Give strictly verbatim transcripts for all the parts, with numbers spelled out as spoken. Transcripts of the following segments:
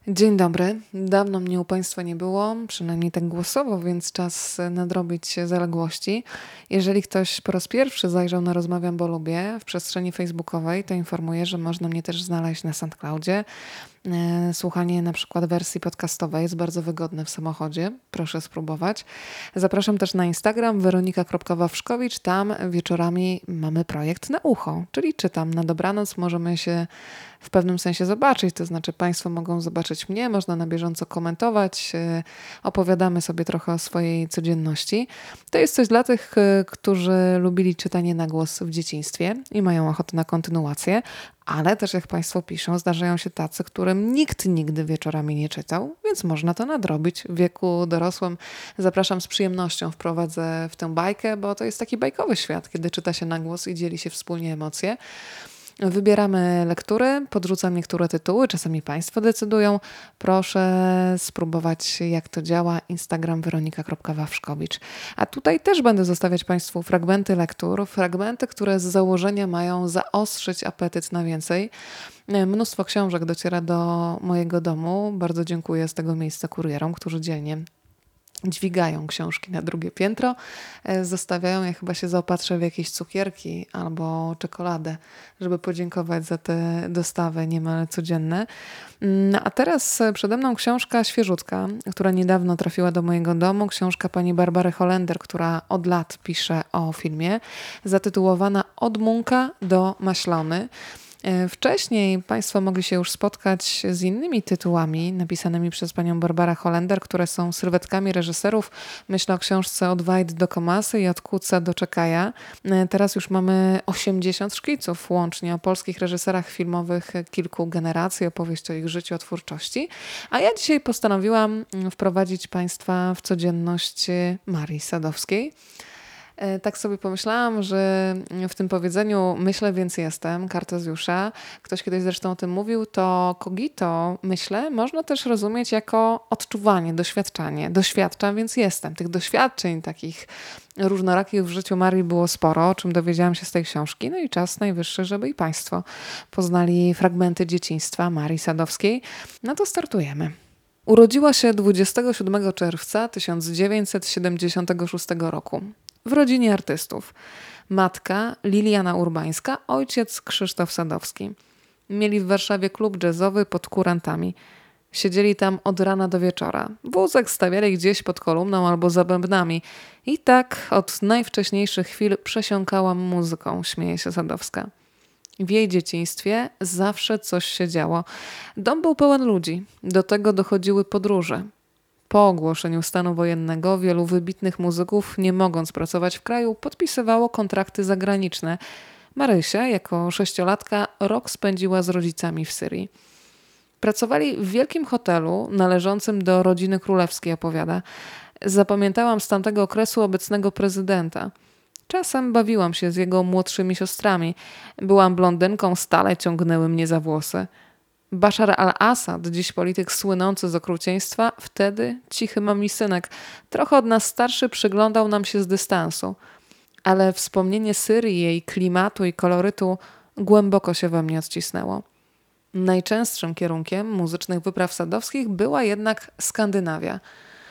Dzień dobry. Dawno mnie u Państwa nie było, przynajmniej tak głosowo, więc czas nadrobić zaległości. Jeżeli ktoś po raz pierwszy zajrzał na Rozmawiam, bo lubię w przestrzeni facebookowej, to informuję, że można mnie też znaleźć na SoundCloudzie. E, Słuchanie na przykład wersji podcastowej jest bardzo wygodne w samochodzie. Proszę spróbować. Zapraszam też na Instagram weronika kropka wawrzkowicz. Tam wieczorami mamy projekt na ucho, czyli czytam na dobranoc. Możemy się w pewnym sensie zobaczyć, to znaczy Państwo mogą zobaczyć mnie, można na bieżąco komentować, e, opowiadamy sobie trochę o swojej codzienności. To jest coś dla tych, e, którzy lubili czytanie na głos w dzieciństwie i mają ochotę na kontynuację, ale też jak Państwo piszą, zdarzają się tacy, którym nikt nigdy wieczorami nie czytał, więc można to nadrobić w wieku dorosłym. Zapraszam z przyjemnością, wprowadzę w tę bajkę, bo to jest taki bajkowy świat, kiedy czyta się na głos i dzieli się wspólnie emocje. Wybieramy lektury, podrzucam niektóre tytuły, czasami Państwo decydują. Proszę spróbować, jak to działa. Instagram weronika kropka wawrzkowicz. A tutaj też będę zostawiać Państwu fragmenty lektur, fragmenty, które z założenia mają zaostrzyć apetyt na więcej. Mnóstwo książek dociera do mojego domu. Bardzo dziękuję z tego miejsca kurierom, którzy dzielnie dźwigają książki na drugie piętro, zostawiają je, chyba się zaopatrzę w jakieś cukierki albo czekoladę, żeby podziękować za te dostawy niemal codzienne. No a teraz przede mną książka świeżutka, która niedawno trafiła do mojego domu. Książka pani Barbary Holender, która od lat pisze o filmie, zatytułowana Od Munka do Maślony. Wcześniej Państwo mogli się już spotkać z innymi tytułami napisanymi przez panią Barbarę Holender, które są sylwetkami reżyserów. Myślę o książce Od Wajd do Komasy i Od Kuca do Czekaja. Teraz już mamy osiemdziesiąt szkiców łącznie o polskich reżyserach filmowych kilku generacji, opowieść o ich życiu, o twórczości. A ja dzisiaj postanowiłam wprowadzić Państwa w codzienność Marii Sadowskiej. Tak sobie pomyślałam, że w tym powiedzeniu myślę, więc jestem, Kartezjusza, ktoś kiedyś zresztą o tym mówił, to cogito, myślę, można też rozumieć jako odczuwanie, doświadczanie. Doświadczam, więc jestem. Tych doświadczeń takich różnorakich w życiu Marii było sporo, o czym dowiedziałam się z tej książki. No i czas najwyższy, żeby i Państwo poznali fragmenty dzieciństwa Marii Sadowskiej. No to startujemy. Urodziła się dwudziestego siódmego czerwca tysiąc dziewięćset siedemdziesiątego szóstego roku w rodzinie artystów. Matka Liliana Urbańska, ojciec Krzysztof Sadowski. Mieli w Warszawie klub jazzowy Pod Kurantami. Siedzieli tam od rana do wieczora. Wózek stawiali gdzieś pod kolumną albo za bębnami. I tak od najwcześniejszych chwil przesiąkałam muzyką, śmieje się Sadowska. W jej dzieciństwie zawsze coś się działo. Dom był pełen ludzi. Do tego dochodziły podróże. Po ogłoszeniu stanu wojennego wielu wybitnych muzyków, nie mogąc pracować w kraju, podpisywało kontrakty zagraniczne. Marysia, jako sześciolatka, rok spędziła z rodzicami w Syrii. Pracowali w wielkim hotelu należącym do rodziny królewskiej, opowiada. Zapamiętałam z tamtego okresu obecnego prezydenta. Czasem bawiłam się z jego młodszymi siostrami. Byłam blondynką, stale ciągnęły mnie za włosy. Baszar al-Assad, dziś polityk słynący z okrucieństwa, wtedy cichy mamisynek, trochę od nas starszy, przyglądał nam się z dystansu. Ale wspomnienie Syrii, jej klimatu i kolorytu głęboko się we mnie odcisnęło. Najczęstszym kierunkiem muzycznych wypraw sadowskich była jednak Skandynawia.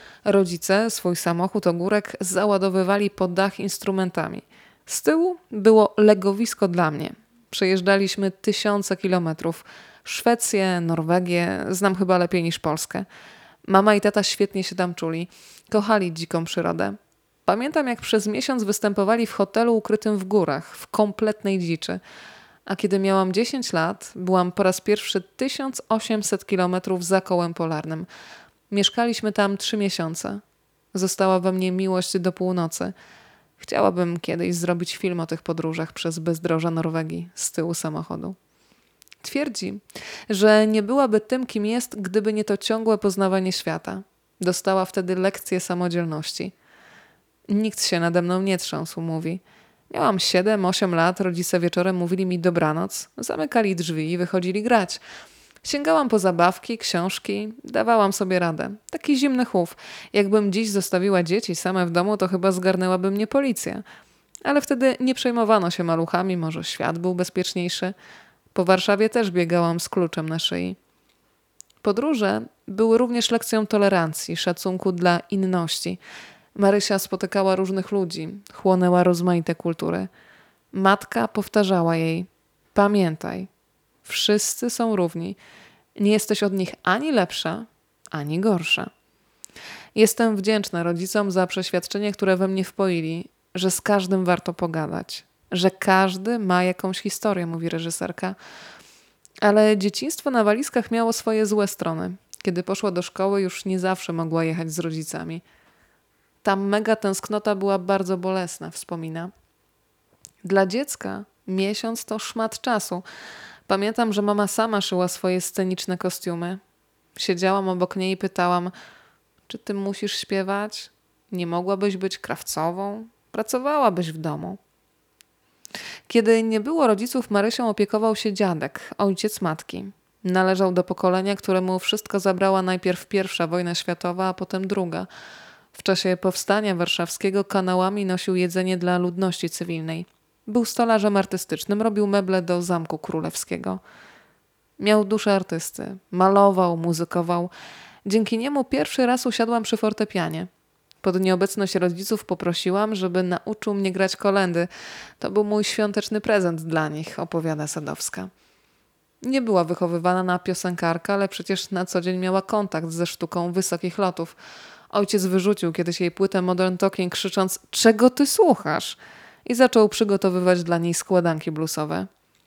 Rodzice swój samochód ogórek załadowywali pod dach instrumentami. Z tyłu było legowisko dla mnie. Przejeżdżaliśmy tysiące kilometrów. Szwecję, Norwegię, znam chyba lepiej niż Polskę. Mama i tata świetnie się tam czuli. Kochali dziką przyrodę. Pamiętam, jak przez miesiąc występowali w hotelu ukrytym w górach, w kompletnej dziczy. A kiedy miałam dziesięć lat, byłam po raz pierwszy tysiąc osiemset kilometrów za kołem polarnym. Mieszkaliśmy tam trzy miesiące. Została we mnie miłość do północy. Chciałabym kiedyś zrobić film o tych podróżach przez bezdroża Norwegii z tyłu samochodu. Twierdzi, że nie byłaby tym, kim jest, gdyby nie to ciągłe poznawanie świata. Dostała wtedy lekcję samodzielności. Nikt się nade mną nie trząsł, mówi. Miałam siedem, osiem lat, rodzice wieczorem mówili mi dobranoc, zamykali drzwi i wychodzili grać. Sięgałam po zabawki, książki, dawałam sobie radę. Taki zimny chów. Jakbym dziś zostawiła dzieci same w domu, to chyba zgarnęłaby mnie policja. Ale wtedy nie przejmowano się maluchami, może świat był bezpieczniejszy. Po Warszawie też biegałam z kluczem na szyi. Podróże były również lekcją tolerancji, szacunku dla inności. Marysia spotykała różnych ludzi, chłonęła rozmaite kultury. Matka powtarzała jej: pamiętaj, wszyscy są równi. Nie jesteś od nich ani lepsza, ani gorsza. Jestem wdzięczna rodzicom za przeświadczenie, które we mnie wpoili, że z każdym warto pogadać, że każdy ma jakąś historię, mówi reżyserka. Ale dzieciństwo na walizkach miało swoje złe strony. Kiedy poszła do szkoły, już nie zawsze mogła jechać z rodzicami. Ta mega tęsknota była bardzo bolesna, wspomina. Dla dziecka miesiąc to szmat czasu. Pamiętam, że mama sama szyła swoje sceniczne kostiumy. Siedziałam obok niej i pytałam: czy ty musisz śpiewać? Nie mogłabyś być krawcową? Pracowałabyś w domu. Kiedy nie było rodziców, Marysią opiekował się dziadek, ojciec matki. Należał do pokolenia, któremu wszystko zabrała najpierw pierwsza wojna światowa, a potem druga. W czasie powstania warszawskiego kanałami nosił jedzenie dla ludności cywilnej. Był stolarzem artystycznym, robił meble do Zamku Królewskiego. Miał duszę artysty, malował, muzykował. Dzięki niemu pierwszy raz usiadłam przy fortepianie. Pod nieobecność rodziców poprosiłam, żeby nauczył mnie grać kolędy. To był mój świąteczny prezent dla nich, opowiada Sadowska. Nie była wychowywana na piosenkarkę, ale przecież na co dzień miała kontakt ze sztuką wysokich lotów. Ojciec wyrzucił kiedyś jej płytę Modern Talking, krzycząc: czego ty słuchasz? I zaczął przygotowywać dla niej składanki bluesowe.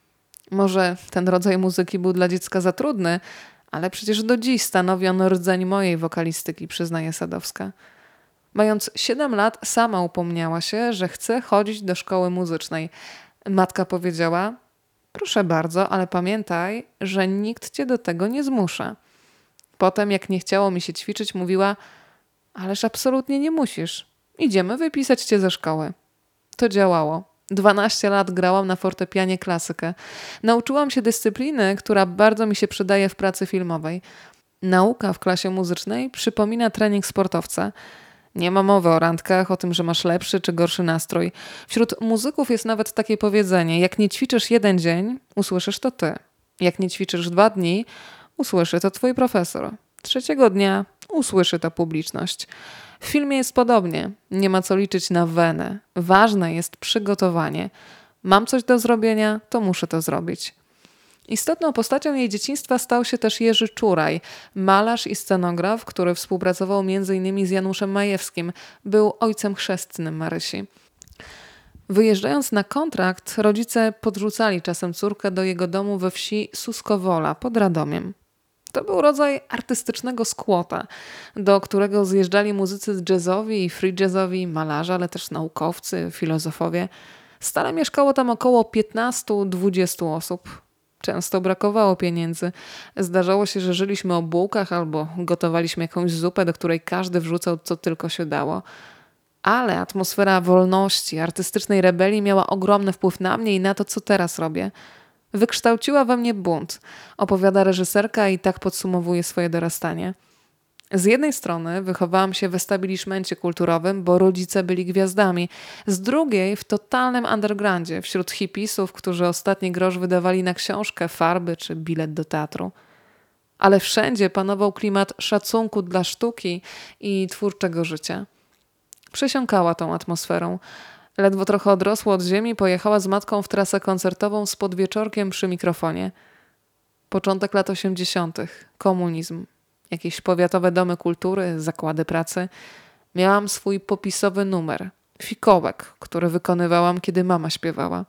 Może ten rodzaj muzyki był dla dziecka za trudny, ale przecież do dziś stanowi on rdzeń mojej wokalistyki, przyznaje Sadowska. Mając siedem lat, sama upomniała się, że chce chodzić do szkoły muzycznej. Matka powiedziała: proszę bardzo, ale pamiętaj, że nikt cię do tego nie zmusza. Potem, jak nie chciało mi się ćwiczyć, mówiła: ależ absolutnie nie musisz. Idziemy wypisać cię ze szkoły. To działało. dwanaście lat grałam na fortepianie klasykę. Nauczyłam się dyscypliny, która bardzo mi się przydaje w pracy filmowej. Nauka w klasie muzycznej przypomina trening sportowca. Nie ma mowy o randkach, o tym, że masz lepszy czy gorszy nastrój. Wśród muzyków jest nawet takie powiedzenie: jak nie ćwiczysz jeden dzień, usłyszysz to ty. Jak nie ćwiczysz dwa dni, usłyszy to twój profesor. Trzeciego dnia usłyszy to publiczność. W filmie jest podobnie. Nie ma co liczyć na wenę. Ważne jest przygotowanie. Mam coś do zrobienia, to muszę to zrobić. Istotną postacią jej dzieciństwa stał się też Jerzy Czuraj, malarz i scenograf, który współpracował między innymi z Januszem Majewskim. Był ojcem chrzestnym Marysi. Wyjeżdżając na kontrakt, rodzice podrzucali czasem córkę do jego domu we wsi Suskowola pod Radomiem. To był rodzaj artystycznego skłota, do którego zjeżdżali muzycy jazzowi i free jazzowi, malarze, ale też naukowcy, filozofowie. Stale mieszkało tam około piętnaście do dwudziestu osób. Często brakowało pieniędzy. Zdarzało się, że żyliśmy o bułkach albo gotowaliśmy jakąś zupę, do której każdy wrzucał co tylko się dało. Ale atmosfera wolności, artystycznej rebelii miała ogromny wpływ na mnie i na to, co teraz robię. Wykształciła we mnie bunt, opowiada reżyserka i tak podsumowuje swoje dorastanie. Z jednej strony wychowałam się w establishmencie kulturowym, bo rodzice byli gwiazdami. Z drugiej w totalnym undergroundzie, wśród hipisów, którzy ostatni grosz wydawali na książkę, farby czy bilet do teatru. Ale wszędzie panował klimat szacunku dla sztuki i twórczego życia. Przesiąkała tą atmosferą. Ledwo trochę odrosła od ziemi, pojechała z matką w trasę koncertową z podwieczorkiem przy mikrofonie. Początek lat osiemdziesiątych. Komunizm. Jakieś powiatowe domy kultury, zakłady pracy. Miałam swój popisowy numer. Fikołek, który wykonywałam, kiedy mama śpiewała.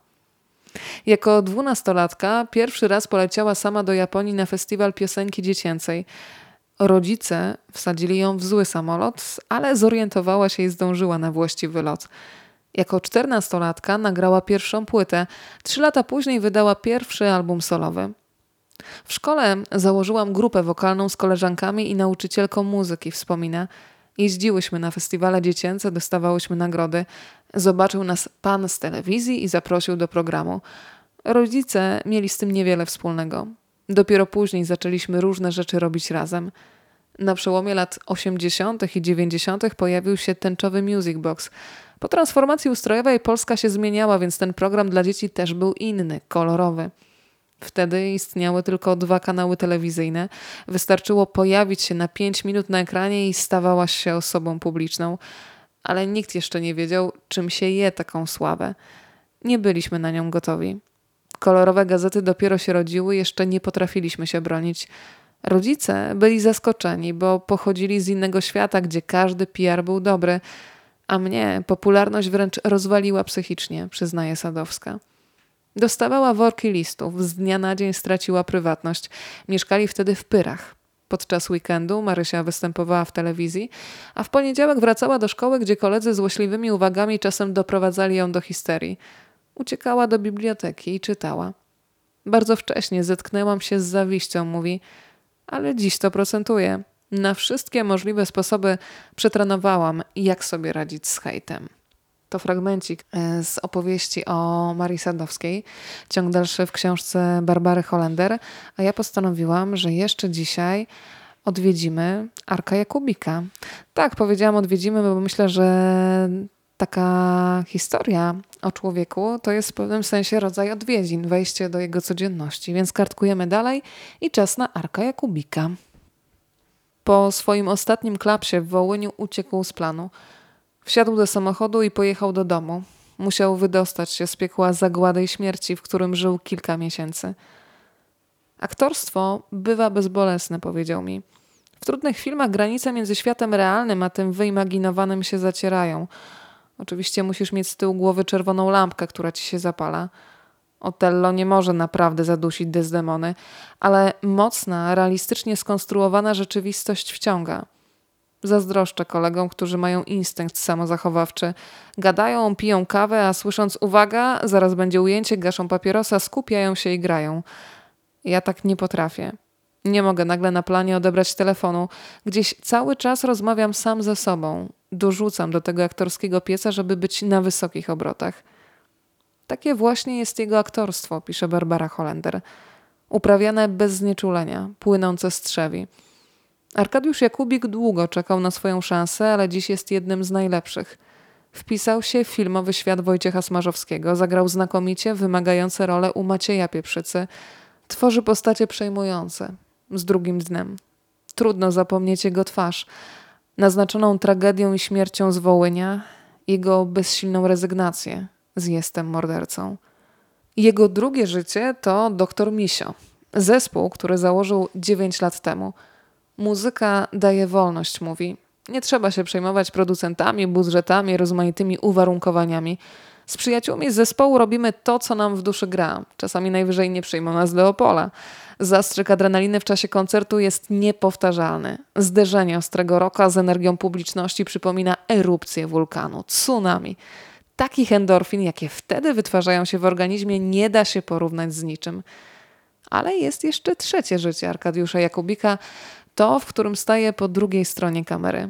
Jako dwunastolatka pierwszy raz poleciała sama do Japonii na festiwal piosenki dziecięcej. Rodzice wsadzili ją w zły samolot, ale zorientowała się i zdążyła na właściwy lot. Jako czternastolatka nagrała pierwszą płytę. Trzy lata później wydała pierwszy album solowy. W szkole założyłam grupę wokalną z koleżankami i nauczycielką muzyki, wspomina. Jeździłyśmy na festiwale dziecięce, dostawałyśmy nagrody. Zobaczył nas pan z telewizji i zaprosił do programu. Rodzice mieli z tym niewiele wspólnego. Dopiero później zaczęliśmy różne rzeczy robić razem. Na przełomie lat osiemdziesiątych i dziewięćdziesiątych pojawił się tęczowy Music Box. Po transformacji ustrojowej Polska się zmieniała, więc ten program dla dzieci też był inny, kolorowy. Wtedy istniały tylko dwa kanały telewizyjne. Wystarczyło pojawić się na pięć minut na ekranie i stawałaś się osobą publiczną. Ale nikt jeszcze nie wiedział, czym się je taką sławę. Nie byliśmy na nią gotowi. Kolorowe gazety dopiero się rodziły, jeszcze nie potrafiliśmy się bronić. Rodzice byli zaskoczeni, bo pochodzili z innego świata, gdzie każdy P R był dobry, a mnie popularność wręcz rozwaliła psychicznie, przyznaje Sadowska. Dostawała worki listów, z dnia na dzień straciła prywatność. Mieszkali wtedy w Pyrach. Podczas weekendu Marysia występowała w telewizji, a w poniedziałek wracała do szkoły, gdzie koledzy złośliwymi uwagami czasem doprowadzali ją do histerii. Uciekała do biblioteki i czytała. Bardzo wcześnie zetknęłam się z zawiścią, mówi, ale dziś to procentuje. Na wszystkie możliwe sposoby przetrenowałam, jak sobie radzić z hejtem. To fragmencik z opowieści o Marii Sadowskiej, ciąg dalszy w książce Barbary Holender, a ja postanowiłam, że jeszcze dzisiaj odwiedzimy Arka Jakubika. Tak, powiedziałam odwiedzimy, bo myślę, że taka historia o człowieku to jest w pewnym sensie rodzaj odwiedzin, wejście do jego codzienności, więc kartkujemy dalej i czas na Arka Jakubika. Po swoim ostatnim klapsie w Wołyniu uciekł z planu. Wsiadł do samochodu i pojechał do domu. Musiał wydostać się z piekła zagłady i śmierci, w którym żył kilka miesięcy. Aktorstwo bywa bezbolesne, powiedział mi. W trudnych filmach granice między światem realnym a tym wyimaginowanym się zacierają. Oczywiście musisz mieć z tyłu głowy czerwoną lampkę, która ci się zapala. Otello nie może naprawdę zadusić Desdemony, ale mocna, realistycznie skonstruowana rzeczywistość wciąga. Zazdroszczę kolegom, którzy mają instynkt samozachowawczy. Gadają, piją kawę, a słysząc uwaga, zaraz będzie ujęcie, gaszą papierosa, skupiają się i grają. Ja tak nie potrafię. Nie mogę nagle na planie odebrać telefonu. Gdzieś cały czas rozmawiam sam ze sobą. Dorzucam do tego aktorskiego pieca, żeby być na wysokich obrotach. Takie właśnie jest jego aktorstwo, pisze Barbara Holender. Uprawiane bez znieczulenia, płynące z trzewi. Arkadiusz Jakubik długo czekał na swoją szansę, ale dziś jest jednym z najlepszych. Wpisał się w filmowy świat Wojciecha Smarzowskiego, zagrał znakomicie, wymagające role u Macieja Pieprzycy. Tworzy postacie przejmujące, z drugim dnem. Trudno zapomnieć jego twarz, naznaczoną tragedią i śmiercią z Wołynia, jego bezsilną rezygnację z jestem mordercą. Jego drugie życie to Doktor Misio, zespół, który założył dziewięć lat temu. Muzyka daje wolność, mówi. Nie trzeba się przejmować producentami, budżetami, rozmaitymi uwarunkowaniami. Z przyjaciółmi z zespołu robimy to, co nam w duszy gra. Czasami najwyżej nie przyjmą nas do Opola. Zastrzyk adrenaliny w czasie koncertu jest niepowtarzalny. Zderzenie ostrego rocka z energią publiczności przypomina erupcję wulkanu, tsunami. Takich endorfin, jakie wtedy wytwarzają się w organizmie, nie da się porównać z niczym. Ale jest jeszcze trzecie życie Arkadiusza Jakubika, to, w którym staje po drugiej stronie kamery.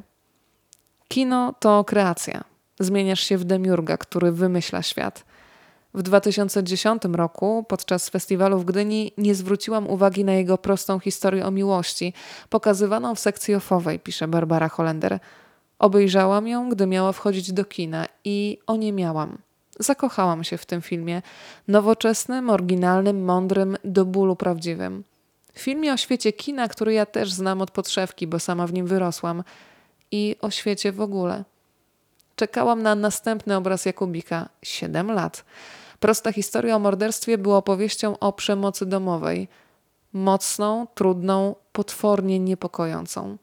Kino to kreacja. Zmieniasz się w demiurga, który wymyśla świat. W dwa tysiące dziesiątym roku podczas festiwalu w Gdyni nie zwróciłam uwagi na jego prostą historię o miłości, pokazywaną w sekcji offowej, pisze Barbara Holender. Obejrzałam ją, gdy miała wchodzić do kina i oniemiałam. Zakochałam się w tym filmie. Nowoczesnym, oryginalnym, mądrym, do bólu prawdziwym. W filmie o świecie kina, który ja też znam od podszewki, bo sama w nim wyrosłam. I o świecie w ogóle. Czekałam na następny obraz Jakubika. Siedem lat. Prosta historia o morderstwie była opowieścią o przemocy domowej. Mocną, trudną, potwornie niepokojącą.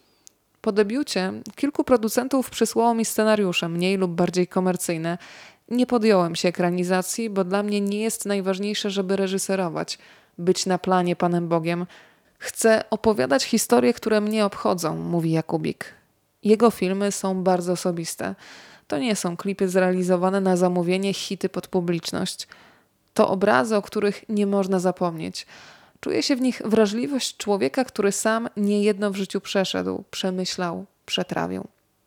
Po debiucie kilku producentów przysłało mi scenariusze, mniej lub bardziej komercyjne. Nie podjąłem się ekranizacji, bo dla mnie nie jest najważniejsze, żeby reżyserować, być na planie Panem Bogiem. Chcę opowiadać historie, które mnie obchodzą, mówi Jakubik. Jego filmy są bardzo osobiste. To nie są klipy zrealizowane na zamówienie, hity pod publiczność. To obrazy, o których nie można zapomnieć. Czuje się w nich wrażliwość człowieka, który sam niejedno w życiu przeszedł, przemyślał, przetrawił.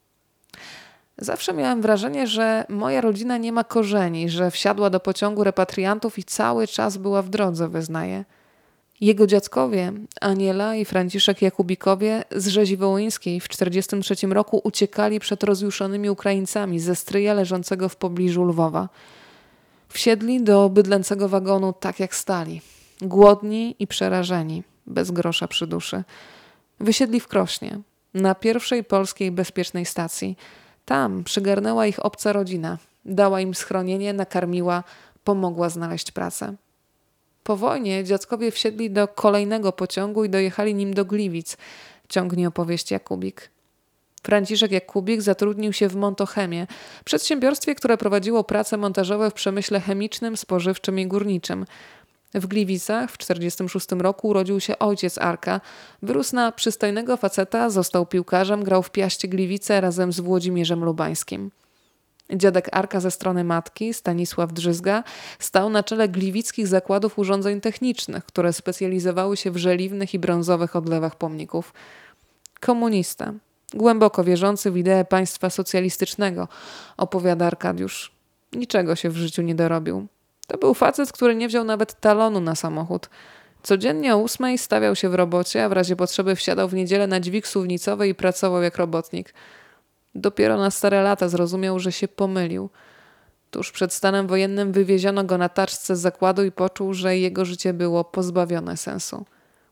Zawsze miałem wrażenie, że moja rodzina nie ma korzeni, że wsiadła do pociągu repatriantów i cały czas była w drodze, wyznaje. Jego dziadkowie, Aniela i Franciszek Jakubikowie z Rzezi Wołyńskiej w czterdziestym trzecim roku uciekali przed rozjuszonymi Ukraińcami ze Stryja leżącego w pobliżu Lwowa. Wsiedli do bydlęcego wagonu tak jak stali. Głodni i przerażeni, bez grosza przy duszy. Wysiedli w Krośnie, na pierwszej polskiej bezpiecznej stacji. Tam przygarnęła ich obca rodzina. Dała im schronienie, nakarmiła, pomogła znaleźć pracę. Po wojnie dziadkowie wsiedli do kolejnego pociągu i dojechali nim do Gliwic, ciągnie opowieść Jakubik. Franciszek Jakubik zatrudnił się w Montochemie, przedsiębiorstwie, które prowadziło prace montażowe w przemyśle chemicznym, spożywczym i górniczym. W Gliwicach w tysiąc dziewięćset czterdziestym szóstym roku urodził się ojciec Arka. Wyrósł na przystojnego faceta, został piłkarzem, grał w Piaście Gliwice razem z Włodzimierzem Lubańskim. Dziadek Arka ze strony matki, Stanisław Drzyzga, stał na czele gliwickich zakładów urządzeń technicznych, które specjalizowały się w żeliwnych i brązowych odlewach pomników. Komunista, głęboko wierzący w ideę państwa socjalistycznego, opowiada Arkadiusz. Niczego się w życiu nie dorobił. To był facet, który nie wziął nawet talonu na samochód. Codziennie o ósmej stawiał się w robocie, a w razie potrzeby wsiadał w niedzielę na dźwig suwnicowy i pracował jak robotnik. Dopiero na stare lata zrozumiał, że się pomylił. Tuż przed stanem wojennym wywieziono go na taczce z zakładu i poczuł, że jego życie było pozbawione sensu.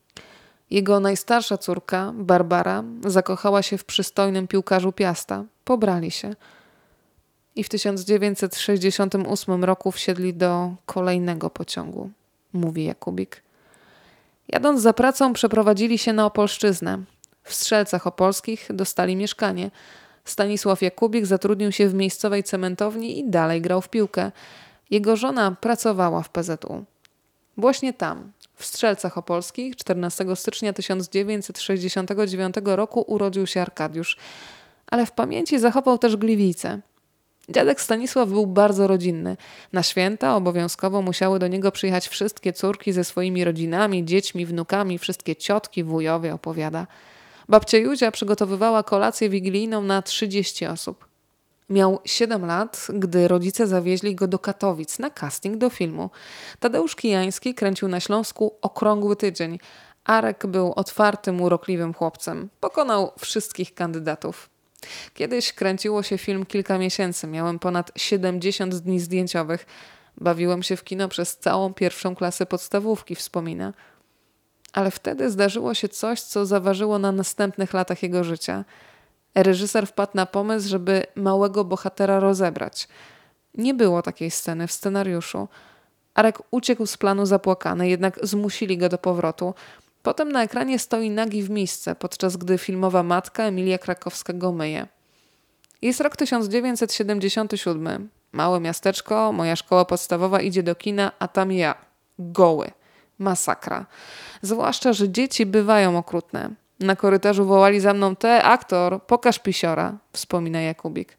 Jego najstarsza córka, Barbara, zakochała się w przystojnym piłkarzu Piasta. Pobrali się. I w tysiąc dziewięćset sześćdziesiątym ósmym roku wsiedli do kolejnego pociągu, mówi Jakubik. Jadąc za pracą przeprowadzili się na Opolszczyznę. W Strzelcach Opolskich dostali mieszkanie. Stanisław Jakubik zatrudnił się w miejscowej cementowni i dalej grał w piłkę. Jego żona pracowała w P Z U. Właśnie tam, w Strzelcach Opolskich, czternastego stycznia tysiąc dziewięćset sześćdziesiątego dziewiątego roku urodził się Arkadiusz. Ale w pamięci zachował też Gliwice. Dziadek Stanisław był bardzo rodzinny. Na święta obowiązkowo musiały do niego przyjechać wszystkie córki ze swoimi rodzinami, dziećmi, wnukami, wszystkie ciotki, wujowie, opowiada. Babcia Józia przygotowywała kolację wigilijną na trzydzieści osób. Miał siedem lat, gdy rodzice zawieźli go do Katowic na casting do filmu. Tadeusz Kijański kręcił na Śląsku Okrągły tydzień. Arek był otwartym, urokliwym chłopcem. Pokonał wszystkich kandydatów. Kiedyś kręciło się film kilka miesięcy. Miałem ponad siedemdziesiąt dni zdjęciowych. Bawiłem się w kino przez całą pierwszą klasę podstawówki, wspomina. Ale wtedy zdarzyło się coś, co zaważyło na następnych latach jego życia. Reżyser wpadł na pomysł, żeby małego bohatera rozebrać. Nie było takiej sceny w scenariuszu. Arek uciekł z planu zapłakany, jednak zmusili go do powrotu. Potem na ekranie stoi nagi w misce, podczas gdy filmowa matka Emilia Krakowska go myje. Jest rok tysiąc dziewięćset siedemdziesiąty siódmy. Małe miasteczko, moja szkoła podstawowa idzie do kina, a tam ja. Goły. Masakra. Zwłaszcza, że dzieci bywają okrutne. Na korytarzu wołali za mną: te aktor, pokaż pisiora, wspomina Jakubik.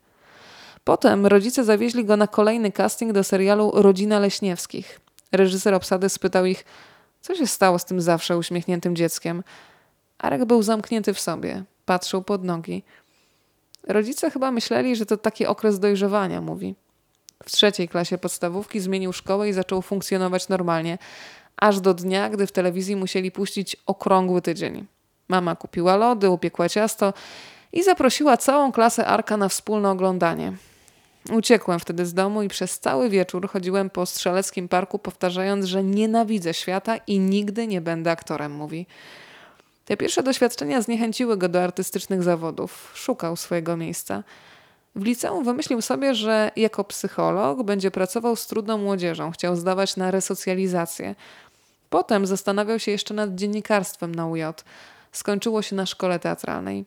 Potem rodzice zawieźli go na kolejny casting do serialu Rodzina Leśniewskich. Reżyser obsady spytał ich, co się stało z tym zawsze uśmiechniętym dzieckiem. Arek był zamknięty w sobie. Patrzył pod nogi. Rodzice chyba myśleli, że to taki okres dojrzewania, mówi. W trzeciej klasie podstawówki zmienił szkołę i zaczął funkcjonować normalnie. Aż do dnia, gdy w telewizji musieli puścić Okrągły tydzień. Mama kupiła lody, upiekła ciasto i zaprosiła całą klasę Arka na wspólne oglądanie. Uciekłem wtedy z domu i przez cały wieczór chodziłem po strzeleckim parku, powtarzając, że nienawidzę świata i nigdy nie będę aktorem, mówi. Te pierwsze doświadczenia zniechęciły go do artystycznych zawodów. Szukał swojego miejsca. W liceum wymyślił sobie, że jako psycholog będzie pracował z trudną młodzieżą. Chciał zdawać na resocjalizację. Potem zastanawiał się jeszcze nad dziennikarstwem na U J. Skończyło się na szkole teatralnej.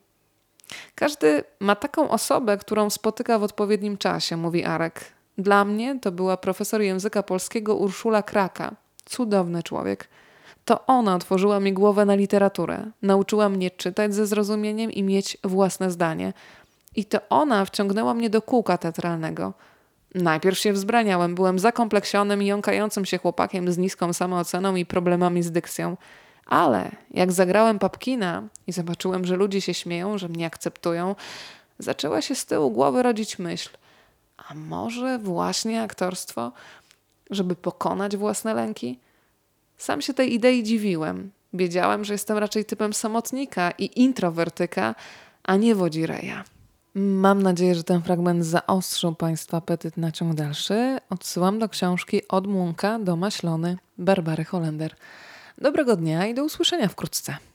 Każdy ma taką osobę, którą spotyka w odpowiednim czasie, mówi Arek. Dla mnie to była profesor języka polskiego Urszula Kraka. Cudowny człowiek. To ona otworzyła mi głowę na literaturę. Nauczyła mnie czytać ze zrozumieniem i mieć własne zdanie. I to ona wciągnęła mnie do kółka teatralnego. Najpierw się wzbraniałem, byłem zakompleksionym, jąkającym się chłopakiem z niską samooceną i problemami z dykcją. Ale jak zagrałem Papkina i zobaczyłem, że ludzie się śmieją, że mnie akceptują, zaczęła się z tyłu głowy rodzić myśl. A może właśnie aktorstwo, żeby pokonać własne lęki? Sam się tej idei dziwiłem. Wiedziałem, że jestem raczej typem samotnika i introwertyka, a nie wodzireja. Mam nadzieję, że ten fragment zaostrzył Państwa apetyt na ciąg dalszy. Odsyłam do książki Od Munka do Maślony Barbary Holender. Dobrego dnia i do usłyszenia wkrótce.